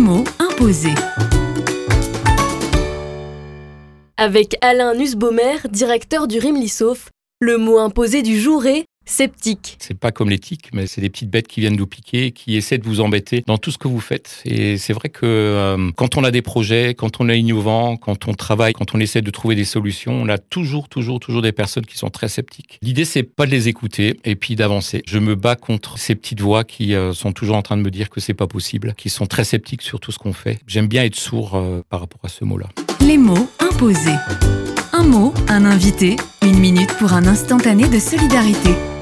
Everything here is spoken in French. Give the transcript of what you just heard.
mots imposés. Avec Alain Nussbaumer, directeur du RIM Lissauf, le mot imposé du jour est sceptique. C'est pas comme l'éthique, mais c'est des petites bêtes qui viennent nous piquer, qui essaient de vous embêter dans tout ce que vous faites. Et c'est vrai que quand on a des projets, quand on est innovant, quand on travaille, quand on essaie de trouver des solutions, on a toujours des personnes qui sont très sceptiques. L'idée, c'est pas de les écouter et puis d'avancer. Je me bats contre ces petites voix qui sont toujours en train de me dire que c'est pas possible, qui sont très sceptiques sur tout ce qu'on fait. J'aime bien être sourd par rapport à ce mot-là. Les mots imposés. Un mot, un invité, 1 minute pour un instantané de solidarité.